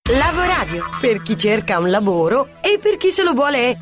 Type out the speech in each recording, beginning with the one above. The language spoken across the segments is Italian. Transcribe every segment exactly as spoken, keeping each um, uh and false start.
Lavoradio, per chi cerca un lavoro e per chi se lo vuole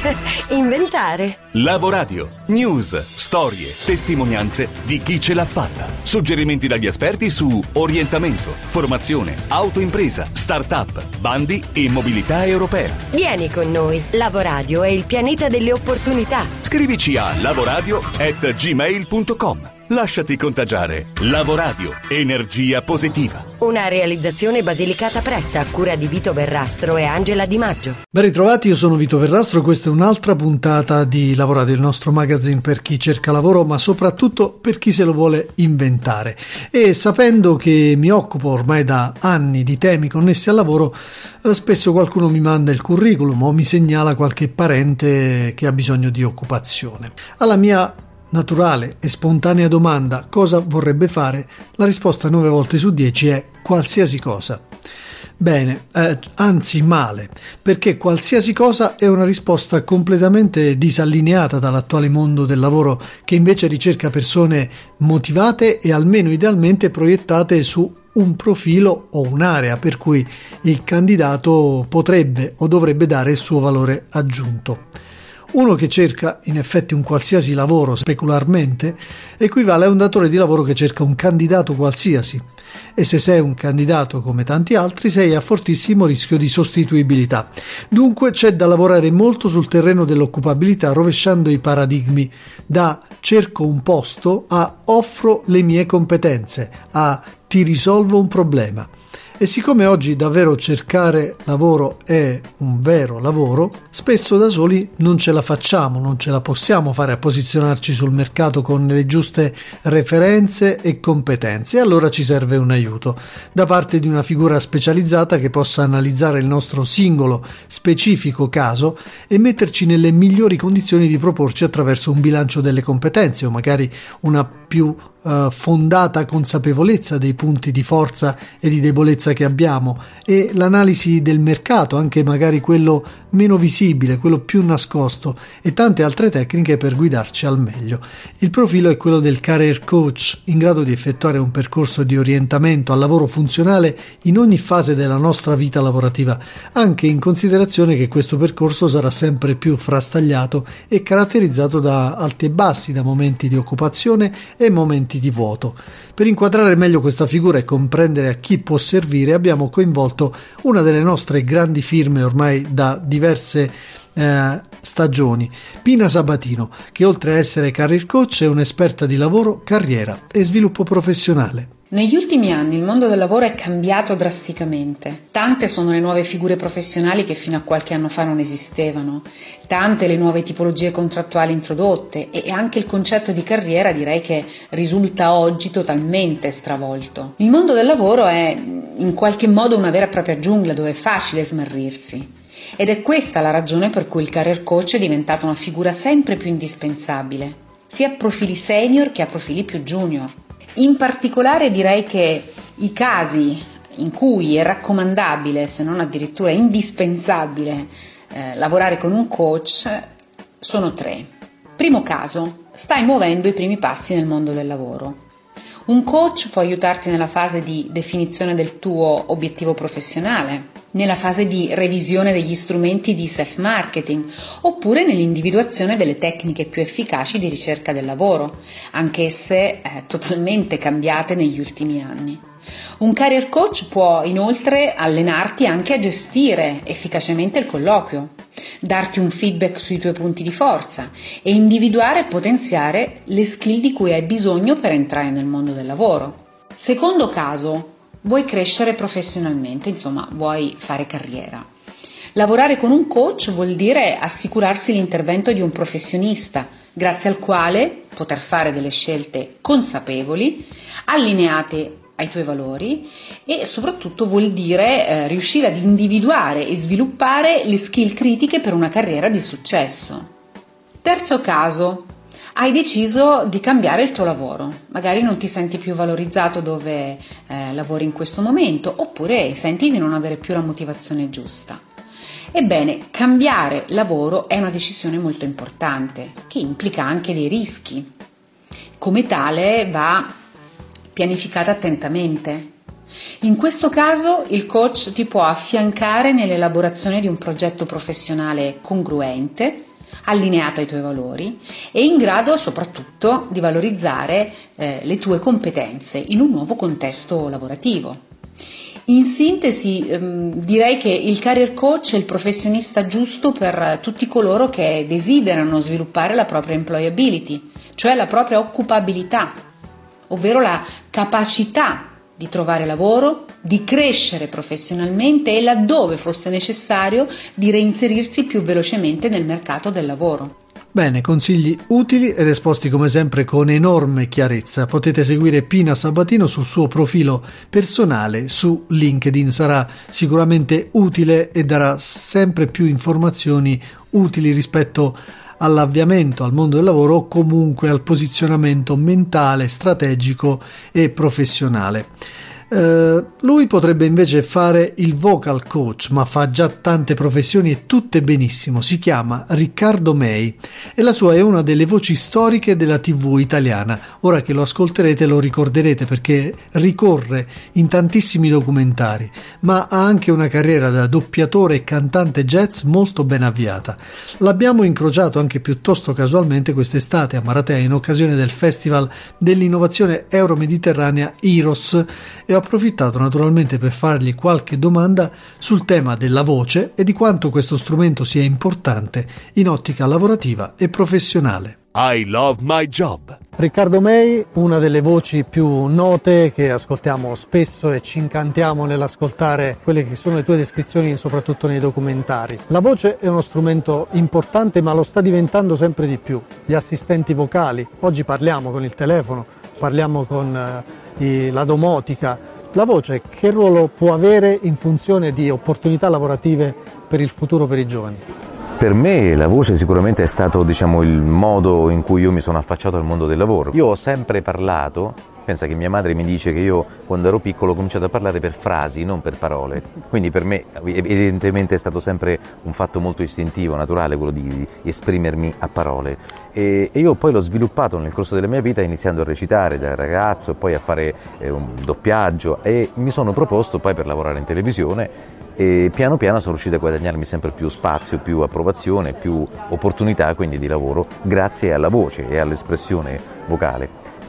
inventare. Lavoradio, news, storie, testimonianze di chi ce l'ha fatta. Suggerimenti dagli esperti su orientamento, formazione, autoimpresa, start-up, bandi e mobilità europea. Vieni con noi. Lavoradio è il pianeta delle opportunità. Scrivici a lavoradio at gmail punto com. Lasciati contagiare. Lavoradio, energia positiva. Una realizzazione Basilicata Press a cura di Vito Verrastro e Angela Di Maggio. Ben ritrovati, io sono Vito Verrastro e questa è un'altra puntata di Lavoradio, il nostro magazine per chi cerca lavoro, ma soprattutto per chi se lo vuole inventare. E sapendo che mi occupo ormai da anni di temi connessi al lavoro, spesso qualcuno mi manda il curriculum o mi segnala qualche parente che ha bisogno di occupazione. Alla mia naturale e spontanea domanda cosa vorrebbe fare, la risposta nove volte su dieci è qualsiasi cosa. Bene, eh, anzi male, perché qualsiasi cosa è una risposta completamente disallineata dall'attuale mondo del lavoro, che invece ricerca persone motivate e almeno idealmente proiettate su un profilo o un'area per cui il candidato potrebbe o dovrebbe dare il suo valore aggiunto. Uno che cerca in effetti un qualsiasi lavoro specularmente equivale a un datore di lavoro che cerca un candidato qualsiasi, e se sei un candidato come tanti altri sei a fortissimo rischio di sostituibilità. Dunque c'è da lavorare molto sul terreno dell'occupabilità, rovesciando i paradigmi da cerco un posto a offro le mie competenze, a ti risolvo un problema. E siccome oggi davvero cercare lavoro è un vero lavoro, spesso da soli non ce la facciamo, non ce la possiamo fare a posizionarci sul mercato con le giuste referenze e competenze, e allora ci serve un aiuto da parte di una figura specializzata che possa analizzare il nostro singolo specifico caso e metterci nelle migliori condizioni di proporci attraverso un bilancio delle competenze o magari una più Uh, fondata consapevolezza dei punti di forza e di debolezza che abbiamo e l'analisi del mercato, anche magari quello meno visibile, quello più nascosto, e tante altre tecniche per guidarci al meglio. Il profilo è quello del career coach, in grado di effettuare un percorso di orientamento al lavoro funzionale in ogni fase della nostra vita lavorativa, anche in considerazione che questo percorso sarà sempre più frastagliato e caratterizzato da alti e bassi, da momenti di occupazione e momenti di vuoto. Per inquadrare meglio questa figura e comprendere a chi può servire abbiamo coinvolto una delle nostre grandi firme ormai da diverse eh, stagioni, Pina Sabatino, che oltre a essere career coach è un'esperta di lavoro, carriera e sviluppo professionale. Negli ultimi anni il mondo del lavoro è cambiato drasticamente. Tante sono le nuove figure professionali che fino a qualche anno fa non esistevano, tante le nuove tipologie contrattuali introdotte e anche il concetto di carriera direi che risulta oggi totalmente stravolto. Il mondo del lavoro è in qualche modo una vera e propria giungla dove è facile smarrirsi. Ed è questa la ragione per cui il career coach è diventato una figura sempre più indispensabile, sia a profili senior che a profili più junior. In particolare direi che i casi in cui è raccomandabile, se non addirittura indispensabile, eh, lavorare con un coach sono tre. Primo caso, stai muovendo i primi passi nel mondo del lavoro. Un coach può aiutarti nella fase di definizione del tuo obiettivo professionale, nella fase di revisione degli strumenti di self-marketing, oppure nell'individuazione delle tecniche più efficaci di ricerca del lavoro, anch'esse eh, totalmente cambiate negli ultimi anni. Un career coach può inoltre allenarti anche a gestire efficacemente il colloquio, darti un feedback sui tuoi punti di forza e individuare e potenziare le skill di cui hai bisogno per entrare nel mondo del lavoro. Secondo caso, vuoi crescere professionalmente, insomma, vuoi fare carriera. Lavorare con un coach vuol dire assicurarsi l'intervento di un professionista, grazie al quale poter fare delle scelte consapevoli, allineate ai tuoi valori, e soprattutto vuol dire eh, riuscire ad individuare e sviluppare le skill critiche per una carriera di successo. Terzo caso, hai deciso di cambiare il tuo lavoro, magari non ti senti più valorizzato dove eh, lavori in questo momento, oppure senti di non avere più la motivazione giusta. Ebbene, cambiare lavoro è una decisione molto importante, che implica anche dei rischi. Come tale va pianificata attentamente. In questo caso il coach ti può affiancare nell'elaborazione di un progetto professionale congruente, allineato ai tuoi valori e in grado soprattutto di valorizzare eh, le tue competenze in un nuovo contesto lavorativo. In sintesi, ehm, direi che il career coach è il professionista giusto per tutti coloro che desiderano sviluppare la propria employability, cioè la propria occupabilità, ovvero la capacità di trovare lavoro, di crescere professionalmente e laddove fosse necessario di reinserirsi più velocemente nel mercato del lavoro. Bene, consigli utili ed esposti come sempre con enorme chiarezza. Potete seguire Pina Sabatino sul suo profilo personale su LinkedIn, sarà sicuramente utile e darà sempre più informazioni utili rispetto all'avviamento al mondo del lavoro o comunque al posizionamento mentale, strategico e professionale. Uh, lui potrebbe invece fare il vocal coach, ma fa già tante professioni e tutte benissimo. Si chiama Riccardo Mei e la sua è una delle voci storiche della tivù italiana. Ora che lo ascolterete lo ricorderete perché ricorre in tantissimi documentari, ma ha anche una carriera da doppiatore e cantante jazz molto ben avviata. L'abbiamo incrociato anche piuttosto casualmente quest'estate a Maratea in occasione del Festival dell'Innovazione Euro-Mediterranea Iros e ho approfittato naturalmente per fargli qualche domanda sul tema della voce e di quanto questo strumento sia importante in ottica lavorativa e professionale. I love my job. Riccardo Mei, una delle voci più note che ascoltiamo spesso e ci incantiamo nell'ascoltare quelle che sono le tue descrizioni, soprattutto nei documentari. La voce è uno strumento importante, ma lo sta diventando sempre di più. Gli assistenti vocali, oggi parliamo con il telefono, parliamo con eh, la domotica. La voce che ruolo può avere in funzione di opportunità lavorative per il futuro per i giovani? Per me la voce sicuramente è stato, diciamo, il modo in cui io mi sono affacciato al mondo del lavoro. Io ho sempre parlato, pensa che mia madre mi dice che io quando ero piccolo ho cominciato a parlare per frasi, non per parole. Quindi per me evidentemente è stato sempre un fatto molto istintivo, naturale, quello di, di esprimermi a parole. E, e io poi l'ho sviluppato nel corso della mia vita iniziando a recitare da ragazzo, poi a fare eh, un doppiaggio e mi sono proposto poi per lavorare in televisione. E piano piano sono riuscito a guadagnarmi sempre più spazio, più approvazione, più opportunità quindi di lavoro grazie alla voce e all'espressione vocale.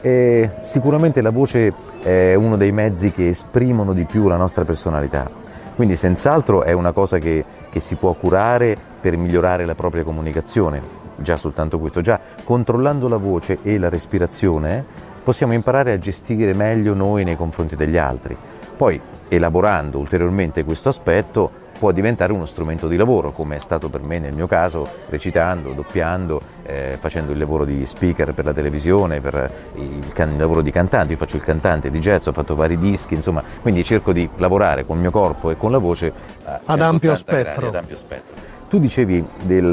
E sicuramente la voce è uno dei mezzi che esprimono di più la nostra personalità, quindi senz'altro è una cosa che, che si può curare per migliorare la propria comunicazione, già soltanto questo, già controllando la voce e la respirazione possiamo imparare a gestire meglio noi nei confronti degli altri. Poi, elaborando ulteriormente questo aspetto, può diventare uno strumento di lavoro, come è stato per me nel mio caso, recitando, doppiando, eh, facendo il lavoro di speaker per la televisione, per il, can- il lavoro di cantante. Io faccio il cantante di jazz, ho fatto vari dischi, insomma, quindi cerco di lavorare con il mio corpo e con la voce eh, ad, ampio spettro. ad ampio spettro. Tu dicevi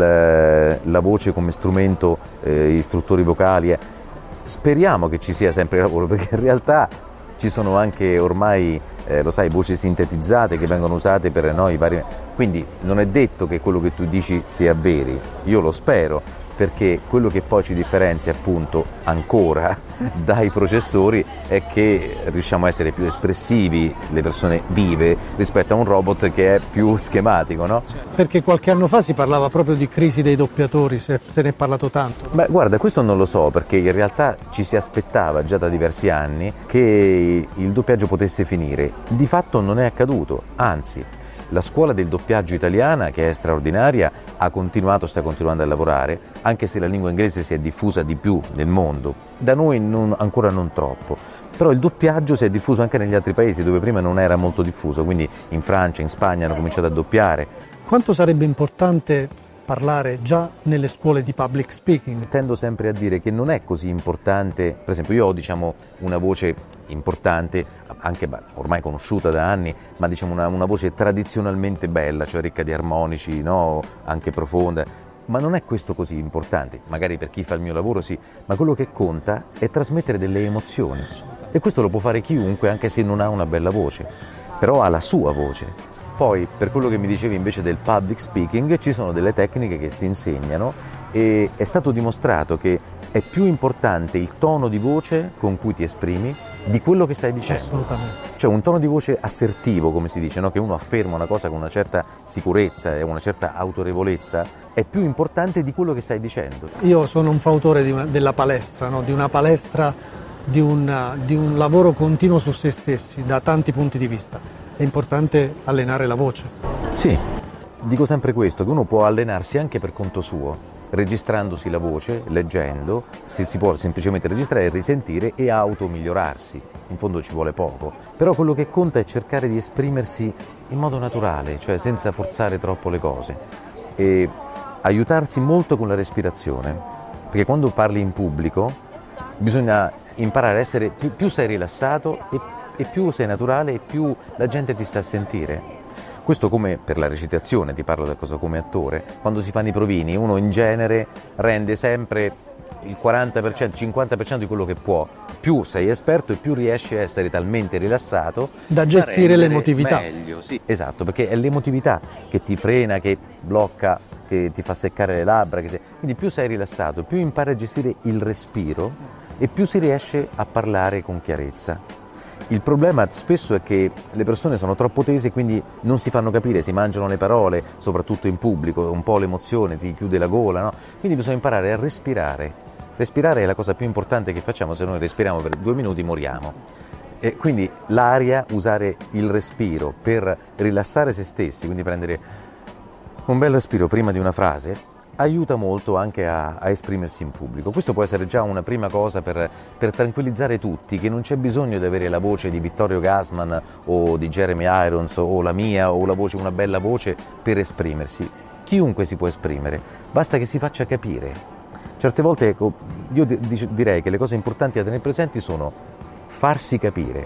della eh, voce come strumento, eh, istruttori vocali, eh. Speriamo che ci sia sempre lavoro, perché in realtà ci sono anche ormai, eh, lo sai, voci sintetizzate che vengono usate per noi vari. Quindi non è detto che quello che tu dici sia vero, io lo spero, perché quello che poi ci differenzia appunto ancora dai processori è che riusciamo a essere più espressivi, le persone vive, rispetto a un robot che è più schematico, no? Perché qualche anno fa si parlava proprio di crisi dei doppiatori, se, se ne è parlato tanto. Beh, guarda, questo non lo so, perché in realtà ci si aspettava già da diversi anni che il doppiaggio potesse finire. Di fatto non è accaduto, anzi. La scuola del doppiaggio italiana, che è straordinaria, ha continuato, sta continuando a lavorare, anche se la lingua inglese si è diffusa di più nel mondo. Da noi non, ancora non troppo, però il doppiaggio si è diffuso anche negli altri paesi dove prima non era molto diffuso, quindi in Francia, in Spagna hanno cominciato a doppiare. Quanto sarebbe importante parlare già nelle scuole di public speaking? Tendo sempre a dire che non è così importante, per esempio io ho diciamo una voce importante, anche ormai conosciuta da anni, ma diciamo una, una voce tradizionalmente bella, cioè ricca di armonici, no? Anche profonda, ma non è questo così importante, magari per chi fa il mio lavoro sì, ma quello che conta è trasmettere delle emozioni e questo lo può fare chiunque anche se non ha una bella voce, però ha la sua voce. Poi, per quello che mi dicevi invece del public speaking, ci sono delle tecniche che si insegnano e è stato dimostrato che è più importante il tono di voce con cui ti esprimi di quello che stai dicendo. Assolutamente. Cioè un tono di voce assertivo, come si dice, no? Che uno afferma una cosa con una certa sicurezza e una certa autorevolezza, è più importante di quello che stai dicendo. Io sono un fautore di una, della palestra, no? Di una palestra, di un, di un lavoro continuo su se stessi, da tanti punti di vista. È importante allenare la voce. Sì, dico sempre questo, che uno può allenarsi anche per conto suo, registrandosi la voce, leggendo, si, si può semplicemente registrare, risentire e automigliorarsi. In fondo ci vuole poco. Però quello che conta è cercare di esprimersi in modo naturale, cioè senza forzare troppo le cose. E aiutarsi molto con la respirazione, perché quando parli in pubblico bisogna imparare a essere, più, più sei rilassato e, e più sei naturale e più la gente ti sta a sentire. Questo come per la recitazione, ti parlo da cosa come attore, quando si fanno i provini uno in genere rende sempre il quaranta per cento, cinquanta per cento di quello che può, più sei esperto e più riesci a essere talmente rilassato da gestire da l'emotività. Meglio, sì. Esatto, perché è l'emotività che ti frena, che blocca, che ti fa seccare le labbra, che ti... quindi più sei rilassato, più impari a gestire il respiro e più si riesce a parlare con chiarezza. Il problema spesso è che le persone sono troppo tese e quindi non si fanno capire, si mangiano le parole, soprattutto in pubblico, un po' l'emozione ti chiude la gola, no? Quindi bisogna imparare a respirare. Respirare è la cosa più importante che facciamo, se noi respiriamo per due minuti moriamo. E quindi l'aria, usare il respiro per rilassare se stessi, quindi prendere un bel respiro prima di una frase, aiuta molto anche a, a esprimersi in pubblico. Questo può essere già una prima cosa per, per tranquillizzare tutti, che non c'è bisogno di avere la voce di Vittorio Gassman o di Jeremy Irons o la mia o la voce, una bella voce per esprimersi. Chiunque si può esprimere, basta che si faccia capire. Certe volte ecco, io direi che le cose importanti da tenere presenti sono farsi capire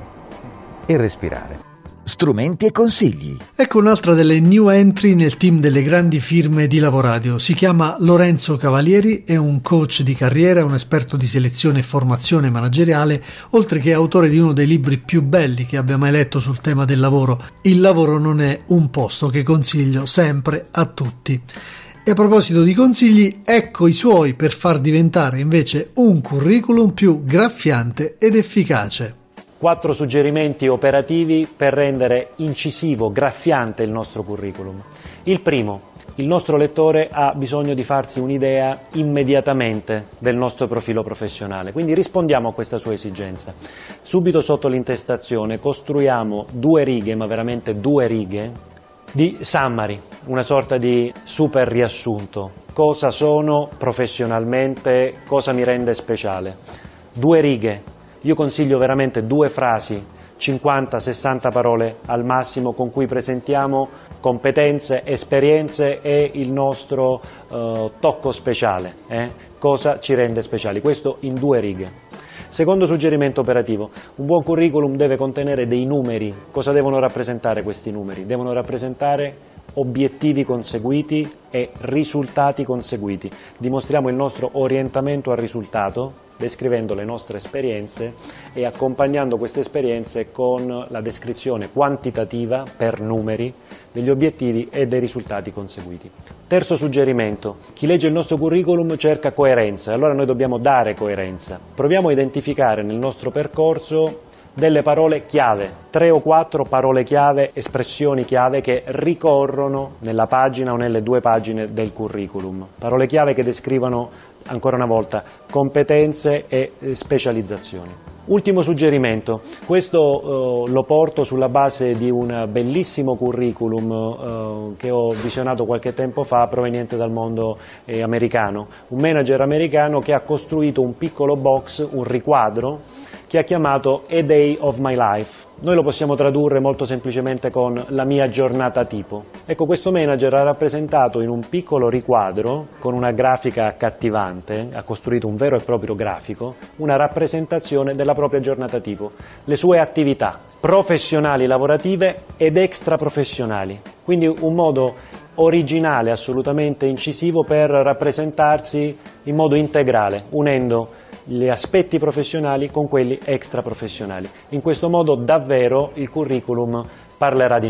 e respirare. Strumenti e consigli. Ecco un'altra delle new entry nel team delle grandi firme di Lavoradio. Si chiama Lorenzo Cavalieri, è un coach di carriera, un esperto di selezione e formazione manageriale, oltre che autore di uno dei libri più belli che abbia mai letto sul tema del lavoro. Il lavoro non è un posto, che consiglio sempre a tutti. E a proposito di consigli, ecco i suoi per far diventare invece un curriculum più graffiante ed efficace. Quattro suggerimenti operativi per rendere incisivo, graffiante il nostro curriculum. Il primo, il nostro lettore ha bisogno di farsi un'idea immediatamente del nostro profilo professionale, quindi rispondiamo a questa sua esigenza. Subito sotto l'intestazione costruiamo due righe, ma veramente due righe, di summary, una sorta di super riassunto. Cosa sono professionalmente, cosa mi rende speciale. Due righe. Io consiglio veramente due frasi, cinquanta sessanta parole al massimo, con cui presentiamo competenze, esperienze e il nostro uh, tocco speciale, eh? Cosa ci rende speciali, questo in due righe. Secondo suggerimento operativo, un buon curriculum deve contenere dei numeri. Cosa devono rappresentare questi numeri? Devono rappresentare obiettivi conseguiti e risultati conseguiti. Dimostriamo il nostro orientamento al risultato, descrivendo le nostre esperienze e accompagnando queste esperienze con la descrizione quantitativa per numeri degli obiettivi e dei risultati conseguiti. Terzo suggerimento, chi legge il nostro curriculum cerca coerenza, allora noi dobbiamo dare coerenza. Proviamo a identificare nel nostro percorso delle parole chiave, tre o quattro parole chiave, espressioni chiave che ricorrono nella pagina o nelle due pagine del curriculum. Parole chiave che descrivono, ancora una volta, competenze e specializzazioni. Ultimo suggerimento, questo eh, lo porto sulla base di un bellissimo curriculum eh, che ho visionato qualche tempo fa, proveniente dal mondo eh, americano. Un manager americano che ha costruito un piccolo box, un riquadro, che ha chiamato A Day of My Life. Noi lo possiamo tradurre molto semplicemente con la mia giornata tipo. Ecco, questo manager ha rappresentato in un piccolo riquadro, con una grafica accattivante, ha costruito un vero e proprio grafico, una rappresentazione della propria giornata tipo, le sue attività professionali, lavorative ed extraprofessionali. Quindi un modo originale, assolutamente incisivo, per rappresentarsi in modo integrale, unendo gli aspetti professionali con quelli extraprofessionali. In questo modo davvero il curriculum parlerà di noi.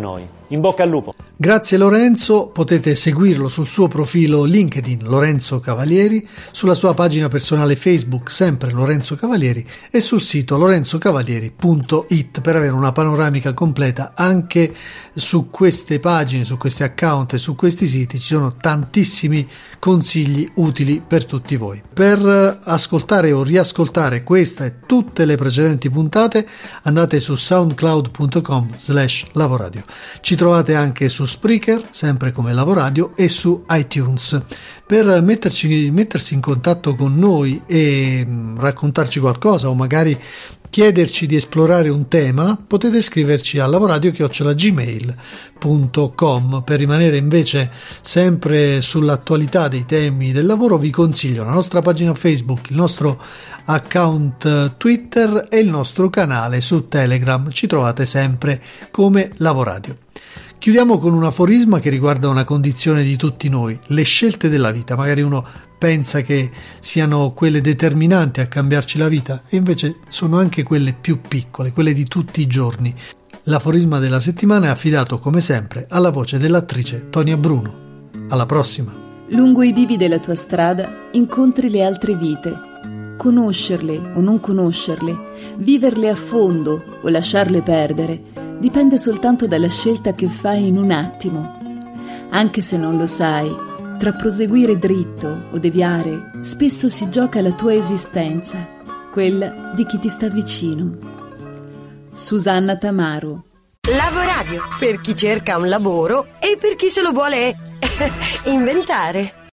In bocca al lupo. Grazie Lorenzo, potete seguirlo sul suo profilo LinkedIn Lorenzo Cavalieri, sulla sua pagina personale Facebook sempre Lorenzo Cavalieri e sul sito lorenzo cavalieri punto it per avere una panoramica completa. Anche su queste pagine, su questi account e su questi siti ci sono tantissimi consigli utili per tutti voi. Per ascoltare o riascoltare questa e tutte le precedenti puntate andate su soundcloud punto com slash lavoradio. Ci trovate anche su Spreaker, sempre come Lavoradio, e su iTunes. Per metterci, mettersi in contatto con noi e mh, raccontarci qualcosa o magari chiederci di esplorare un tema, potete scriverci a lavoradio chiocciola gmail punto com. Per rimanere invece sempre sull'attualità dei temi del lavoro vi consiglio la nostra pagina Facebook, il nostro account Twitter e il nostro canale su Telegram. Ci trovate sempre come Lavoradio. Chiudiamo con un aforisma che riguarda una condizione di tutti noi, le scelte della vita. Magari uno pensa che siano quelle determinanti a cambiarci la vita e invece sono anche quelle più piccole, quelle di tutti i giorni. L'aforisma della settimana è affidato come sempre alla voce dell'attrice Tonia Bruno. Alla prossima! Lungo i bivi della tua strada incontri le altre vite. Conoscerle o non conoscerle, viverle a fondo o lasciarle perdere, dipende soltanto dalla scelta che fai in un attimo. Anche se non lo sai, tra proseguire dritto o deviare, spesso si gioca la tua esistenza, quella di chi ti sta vicino. Susanna Tamaro. Lavoradio, per chi cerca un lavoro e per chi se lo vuole inventare.